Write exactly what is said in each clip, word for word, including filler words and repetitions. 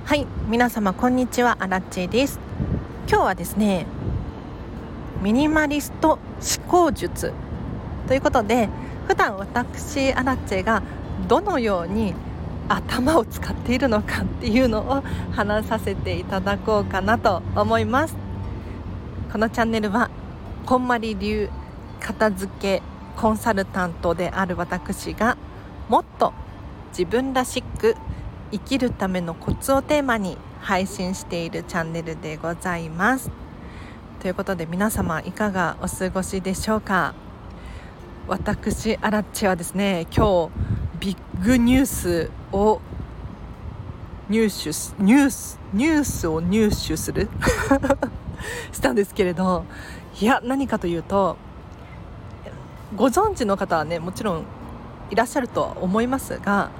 はい、皆様こんにちは、アラッチェです。今日はですね、ミニマリスト思考術ということで、普段私アラッチェがどのように頭を使っているのかっていうのを話させていただこうかなと思います。このチャンネルはこんまり流片付けコンサルタントである私がもっと自分らしく生きるためのコツをテーマに配信しているチャンネルでございます。ということで皆様いかがお過ごしでしょうか。私アラッチはですね、今日ビッグニュースを入手しニュースニュースを入手するしたんですけれど、いや何かというと、ご存知の方はねもちろんいらっしゃるとは思いますが、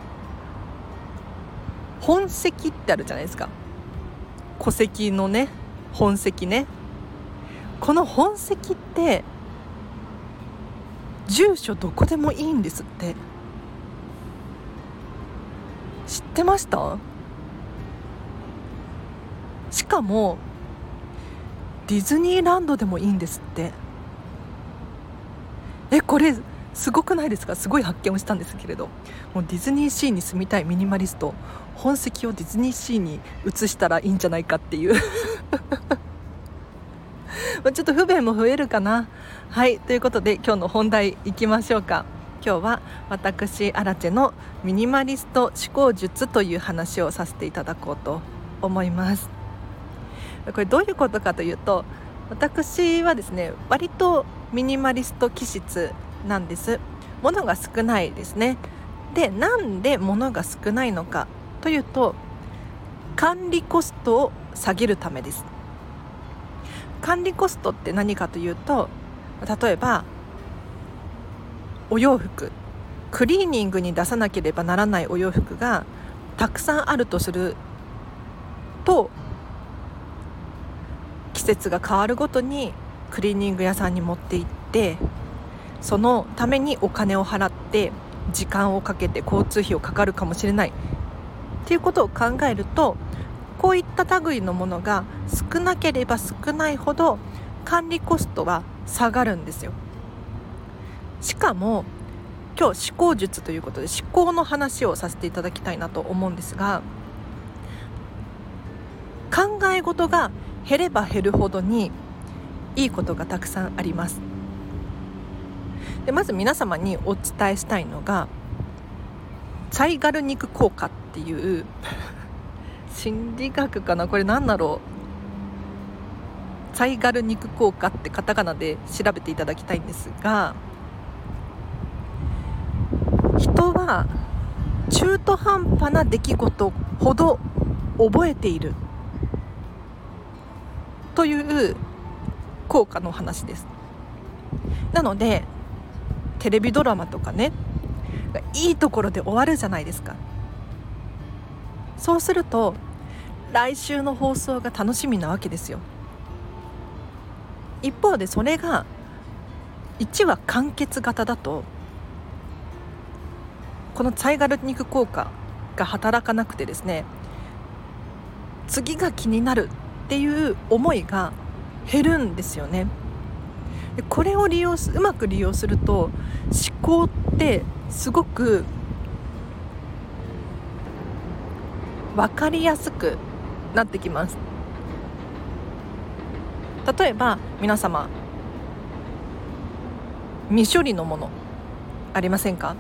本籍ってあるじゃないですか。戸籍のね、本籍ね。この本籍って住所どこでもいいんですって。知ってました？しかもディズニーランドでもいいんですって。え、これすごくないですか？すごい発見をしたんですけれど、もうディズニーシーに住みたいミニマリスト、本籍をディズニーシーに移したらいいんじゃないかっていうちょっと不便も増えるかな。はい、ということで今日の本題いきましょうか。今日は私アラチェのミニマリスト思考術という話をさせていただこうと思います。これどういうことかというと、私はですね割とミニマリスト気質なんです。物が少ないですね。で、なんで物が少ないのかというと、管理コストを下げるためです。管理コストって何かというと、例えばお洋服、クリーニングに出さなければならないお洋服がたくさんあるとすると、季節が変わるごとにクリーニング屋さんに持って行って、そのためにお金を払って時間をかけて交通費をかかるかもしれないっていうことを考えると、こういった類のものが少なければ少ないほど管理コストは下がるんですよ。しかも今日思考術ということで思考の話をさせていただきたいなと思うんですが、考え事が減れば減るほどにいいことがたくさんあります。で、まず皆様にお伝えしたいのがツァイガルニク効果っていう心理学かな、これ何だろう。ツァイガルニク効果ってカタカナで調べていただきたいんですが、人は中途半端な出来事ほど覚えているという効果の話です。なのでテレビドラマとかね、いいところで終わるじゃないですか。そうすると来週の放送が楽しみなわけですよ。一方でそれがいちわ完結型だと、このツァイガルニク効果が働かなくてですね、次が気になるっていう思いが減るんですよね。で、これを利用すうまく利用すると思考ってすごく分かりやすくなってきます。例えば皆様、未処理のものありませんか？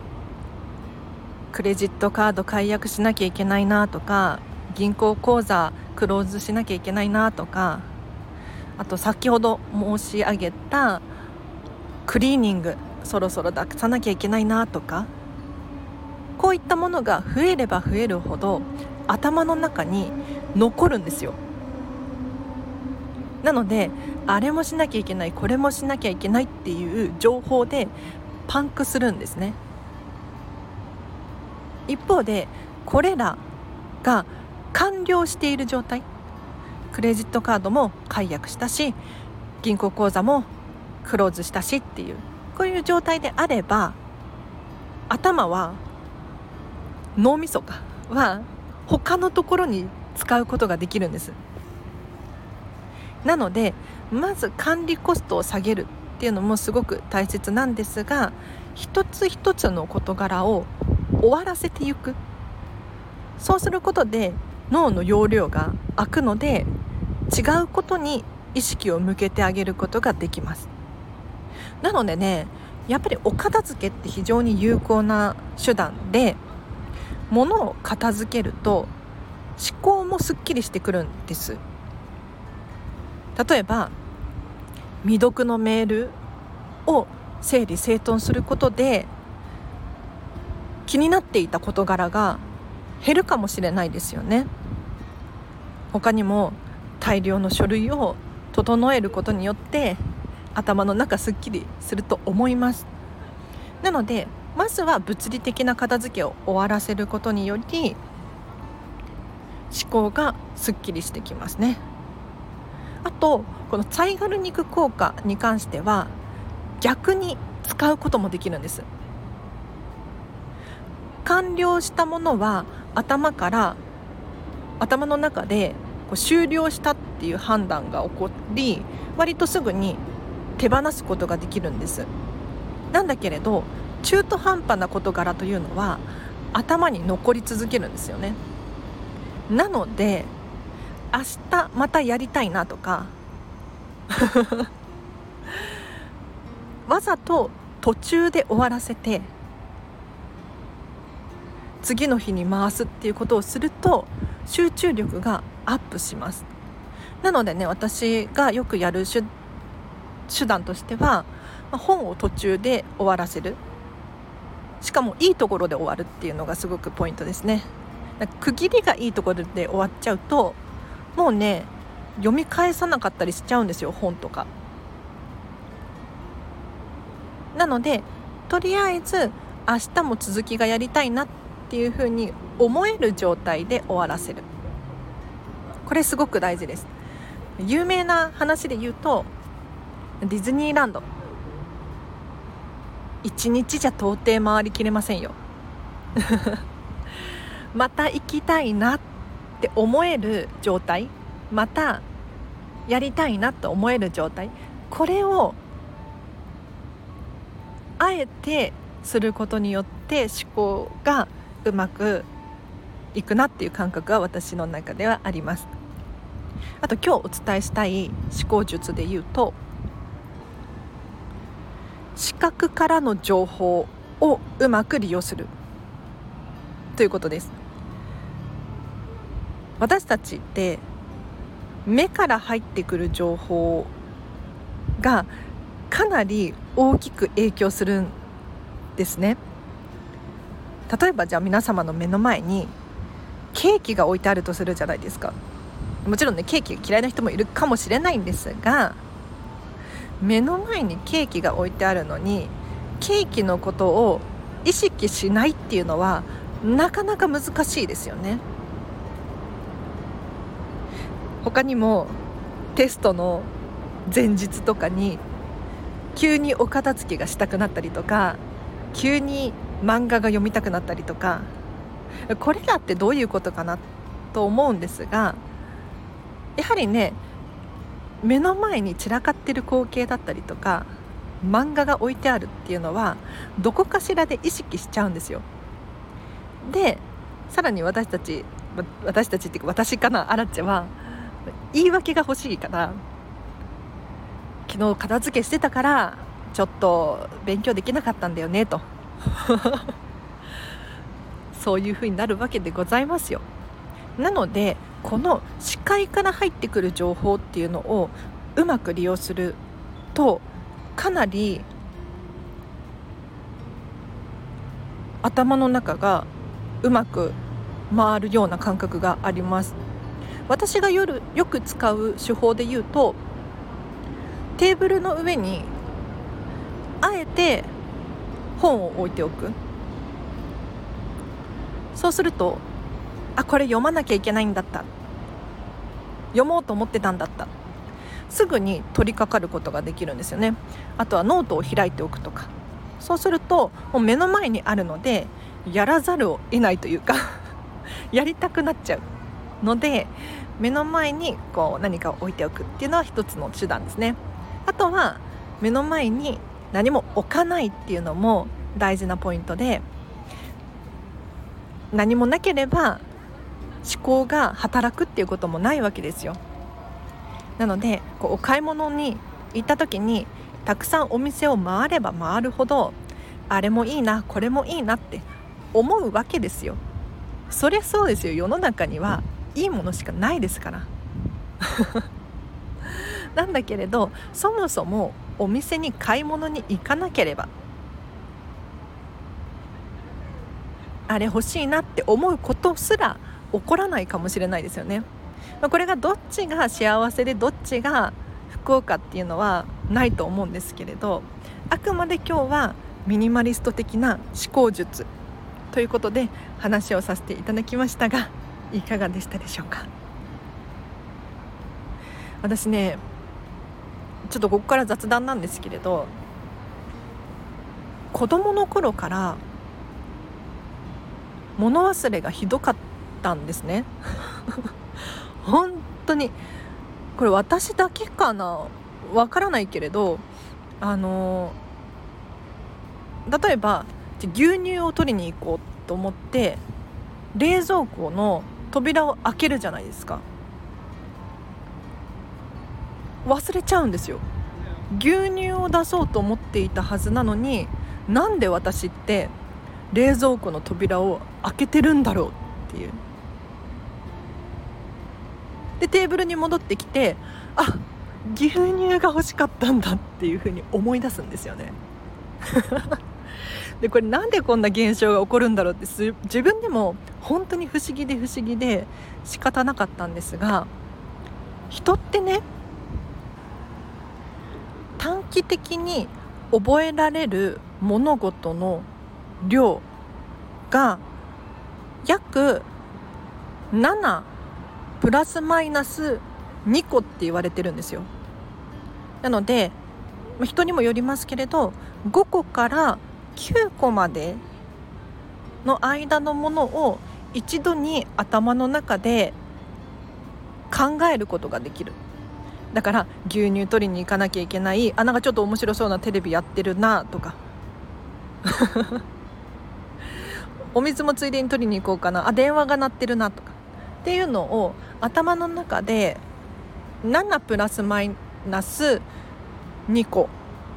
クレジットカード解約しなきゃいけないなとか、銀行口座クローズしなきゃいけないなとか、あと先ほど申し上げたクリーニングそろそろ出さなきゃいけないなとか、こういったものが増えれば増えるほど頭の中に残るんですよ。なのであれもしなきゃいけない、これもしなきゃいけないっていう情報でパンクするんですね。一方でこれらが完了している状態、クレジットカードも解約したし、銀行口座もクローズしたしっていう、こういう状態であれば、頭は脳みそかは他のところに使うことができるんです。なのでまず管理コストを下げるっていうのもすごく大切なんですが、一つ一つの事柄を終わらせていく。そうすることで脳の容量が空くので、違うことに意識を向けてあげることができます。なのでね、やっぱりお片付けって非常に有効な手段で、物を片付けると思考もすっきりしてくるんです。例えば未読のメールを整理整頓することで、気になっていた事柄が減るかもしれないですよね。他にも大量の書類を整えることによって頭の中すっきりすると思います。なのでまずは物理的な片付けを終わらせることにより思考がすっきりしてきますね。あとこのツァイガル肉効果に関しては逆に使うこともできるんです。完了したものは頭から頭の中でこう終了したっていう判断が起こり、割とすぐに手放すことができるんです。なんだけれど中途半端な事柄というのは頭に残り続けるんですよね。なので明日またやりたいなとかわざと途中で終わらせて次の日に回すっていうことをすると集中力がアップします。なのでね、私がよくやる手、手段としては本を途中で終わらせる、しかもいいところで終わるっていうのがすごくポイントですね。区切りがいいところで終わっちゃうともうね読み返さなかったりしちゃうんですよ、本とか。なのでとりあえず明日も続きがやりたいなっていうふうに思える状態で終わらせる。これすごく大事です。有名な話で言うとディズニーランド一日じゃ到底回りきれませんよまた行きたいなって思える状態、またやりたいなと思える状態、これをあえてすることによって思考がうまくいくなっていう感覚が私の中ではあります。あと今日お伝えしたい思考術で言うと、視覚からの情報をうまく利用するということです。私たちって目から入ってくる情報がかなり大きく影響するんですね。例えばじゃあ皆様の目の前にケーキが置いてあるとするじゃないですか。もちろんねケーキが嫌いな人もいるかもしれないんですが、目の前にケーキが置いてあるのにケーキのことを意識しないっていうのはなかなか難しいですよね。他にもテストの前日とかに急にお片付けがしたくなったりとか、急に漫画が読みたくなったりとか、これらってどういうことかなと思うんですが、やはりね目の前に散らかってる光景だったりとか漫画が置いてあるっていうのはどこかしらで意識しちゃうんですよ。でさらに私たち私たちっていうか私かな、アラチェは言い訳が欲しいから、昨日片付けしてたからちょっと勉強できなかったんだよねとそういう風になるわけでございますよ。なのでこの視界から入ってくる情報っていうのをうまく利用するとかなり頭の中がうまく回るような感覚があります。私が夜よく使う手法で言うと、テーブルの上にあえて本を置いておく。そうすると、あ、これ読まなきゃいけないんだった、読もうと思ってたんだった、すぐに取り掛かることができるんですよね。あとはノートを開いておくとか、そうするともう目の前にあるのでやらざるを得ないというかやりたくなっちゃうので、目の前にこう何かを置いておくっていうのは一つの手段ですね。あとは目の前に何も置かないっていうのも大事なポイントで、何もなければ思考が働くっていうこともないわけですよ。なのでこうお買い物に行った時にたくさんお店を回れば回るほど、あれもいいなこれもいいなって思うわけですよ。そりゃそうですよ。世の中にはいいものしかないですからなんだけれど、そもそもお店に買い物に行かなければあれ欲しいなって思うことすら起こらないかもしれないですよね。これがどっちが幸せでどっちが不幸かっていうのはないと思うんですけれど、あくまで今日はミニマリスト的な思考術ということで話をさせていただきましたが、いかがでしたでしょうか。私ね、ちょっとここから雑談なんですけれど、子供の頃から物忘れがひどかったんですね本当にこれ私だけかな、わからないけれど、あの例えば牛乳を取りに行こうと思って冷蔵庫の扉を開けるじゃないですか。忘れちゃうんですよ。牛乳を出そうと思っていたはずなのに、なんで私って冷蔵庫の扉を開けてるんだろうっていう。でテーブルに戻ってきて、あ、牛乳が欲しかったんだっていうふうに思い出すんですよねでこれなんでこんな現象が起こるんだろうって自分でも本当に不思議で不思議で仕方なかったんですが、人ってね、短期的に覚えられる物事の量が約ななプラスマイナスにこって言われてるんですよ。なので人にもよりますけれど、ごこからきゅうこまでの間のものを一度に頭の中で考えることができる。だから牛乳取りに行かなきゃいけない、あ、なんかちょっと面白そうなテレビやってるなとかお水もついでに取りに行こうかな、あ、電話が鳴ってるなとかっていうのを頭の中でななプラスマイナスにこ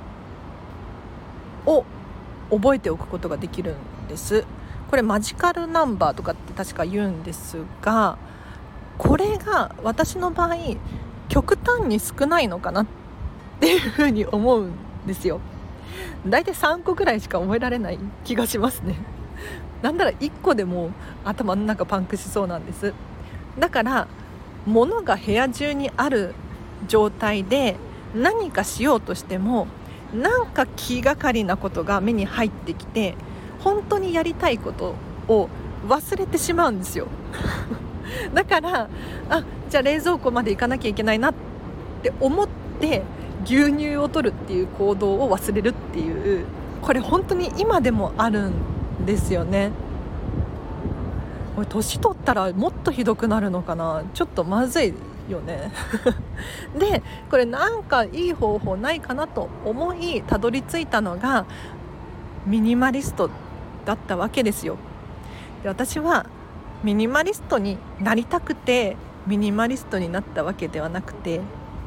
を覚えておくことができるんです。これマジカルナンバーとかって確か言うんですが、これが私の場合極端に少ないのかなっていうふうに思うんですよ。だいたいさんこぐらいしか覚えられない気がしますね。なんならいっこでも頭の中パンクしそうなんです。だから物が部屋中にある状態で何かしようとしても、なんか気がかりなことが目に入ってきて、本当にやりたいことを忘れてしまうんですよだからあ、じゃあ冷蔵庫まで行かなきゃいけないなって思って牛乳を取るっていう行動を忘れるっていう、これ本当に今でもあるんですよね。これ年取ったらもっとひどくなるのかな、ちょっとまずいよねでこれなんかいい方法ないかなと思いたどり着いたのがミニマリストだったわけですよ。で私はミニマリストになりたくてミニマリストになったわけではなくて、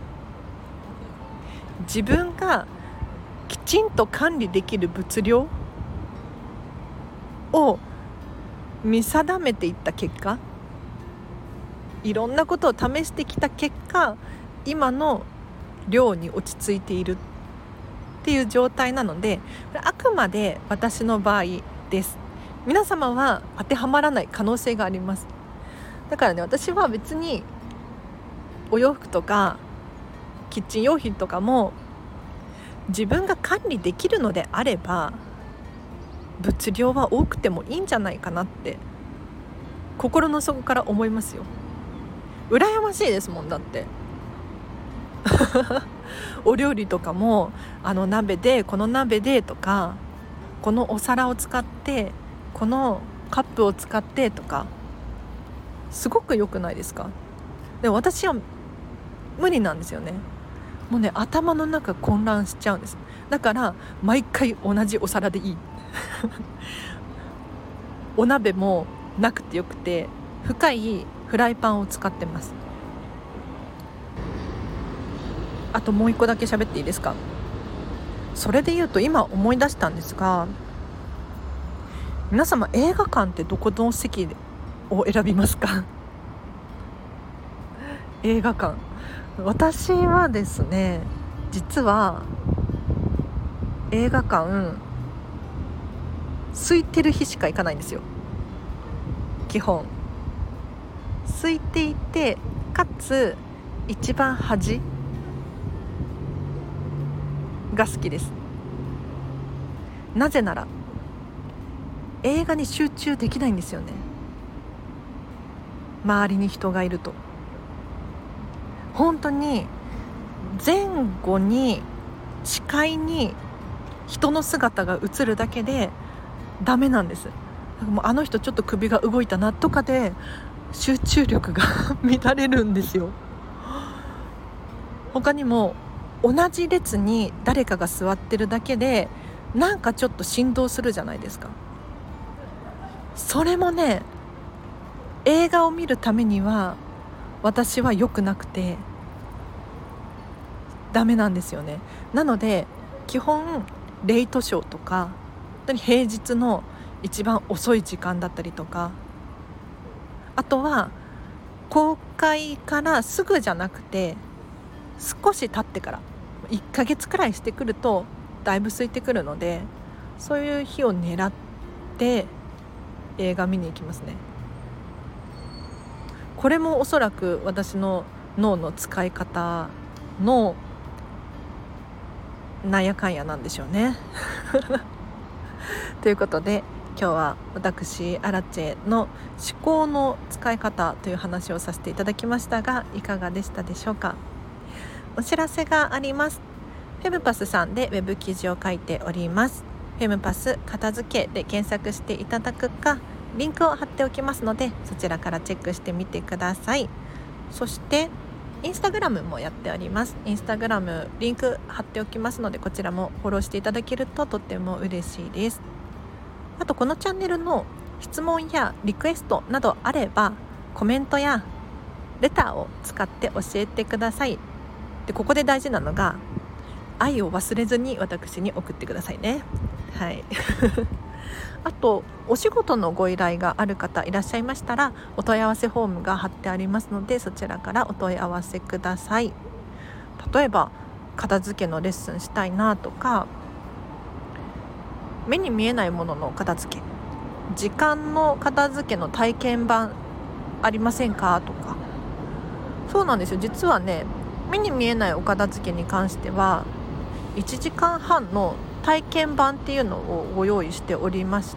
自分がきちんと管理できる物量を見定めていった結果、いろんなことを試してきた結果、今の量に落ち着いているっていう状態なので、あくまで私の場合です。皆様は当てはまらない可能性があります。だからね、私は別にお洋服とかキッチン用品とかも自分が管理できるのであれば物量は多くてもいいんじゃないかなって心の底から思いますよ。羨ましいですもん。だってお料理とかもあの鍋でこの鍋でとか、このお皿を使ってこのカップを使ってとか、 すごく良くないですか？で私は無理なんですよね。もうね頭の中混乱しちゃうんです。だから毎回同じお皿でいいお鍋もなくてよくて深いフライパンを使ってます。あともう一個だけ喋っていいですか？それで言うと今思い出したんですが、皆様映画館ってどこの席を選びますか？映画館、私はですね、実は映画館空いてる日しか行かないんですよ。基本空いていて、かつ一番端が好きです。なぜなら映画に集中できないんですよね。周りに人がいると本当に前後に視界に人の姿が映るだけでダメなんです。もうあの人ちょっと首が動いたなとかで集中力が乱れるんですよ。他にも同じ列に誰かが座ってるだけでなんかちょっと振動するじゃないですか。それもね、映画を見るためには私は良くなくてダメなんですよね。なので基本レイトショーとか平日の一番遅い時間だったりとか、あとは公開からすぐじゃなくて少し経ってからいっかげつくらいしてくるとだいぶ空いてくるので、そういう日を狙って映画見に行きますね。これもおそらく私の脳の使い方のなんやかんやなんでしょうねということで今日は私アラチェの思考の使い方という話をさせていただきましたが、いかがでしたでしょうか。お知らせがあります。フェムパスさんでウェブ記事を書いております。フェムパス片付けで検索していただくか、リンクを貼っておきますのでそちらからチェックしてみてください。そしてインスタグラムもやっております。インスタグラムリンク貼っておきますのでこちらもフォローしていただけるととっても嬉しいです。あとこのチャンネルの質問やリクエストなどあればコメントやレターを使って教えてください。でここで大事なのが愛を忘れずに私に送ってくださいね。はいあとお仕事のご依頼がある方いらっしゃいましたらお問い合わせフォームが貼ってありますのでそちらからお問い合わせください。例えば片付けのレッスンしたいなとか、目に見えないものの片付け、時間の片付けの体験版ありませんかとか。そうなんですよ。実はね、目に見えないお片付けに関してはいちじかんはんの体験版っていうのをご用意しておりまして、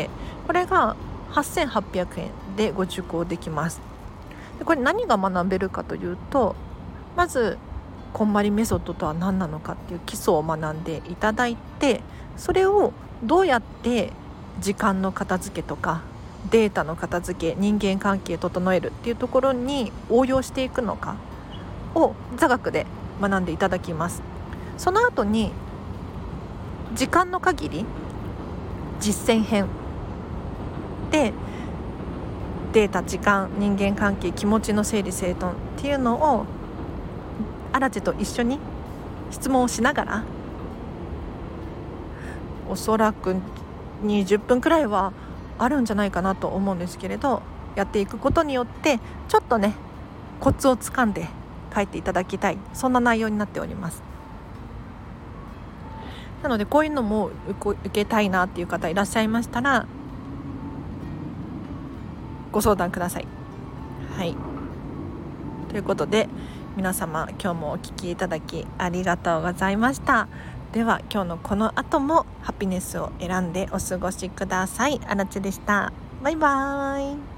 これがはっせんはっぴゃくえんでご受講できます。でこれ何が学べるかというと、まずこんまりメソッドとは何なのかっていう基礎を学んでいただいて、それをどうやって時間の片付けとかデータの片付け、人間関係整えるっていうところに応用していくのかを座学で学んでいただきます。その後に時間の限り実践編でデータ、時間、人間関係、気持ちの整理整頓っていうのをアラチェと一緒に質問をしながら、おそらくにじゅっぷんくらいはあるんじゃないかなと思うんですけれど、やっていくことによってちょっとねコツをつかんで帰っていただきたい、そんな内容になっております。なのでこういうのも受けたいなっていう方いらっしゃいましたらご相談ください。はい、ということで皆様今日もお聞きいただきありがとうございました。では今日のこの後もハピネスを選んでお過ごしください。あらちでした。バイバーイ。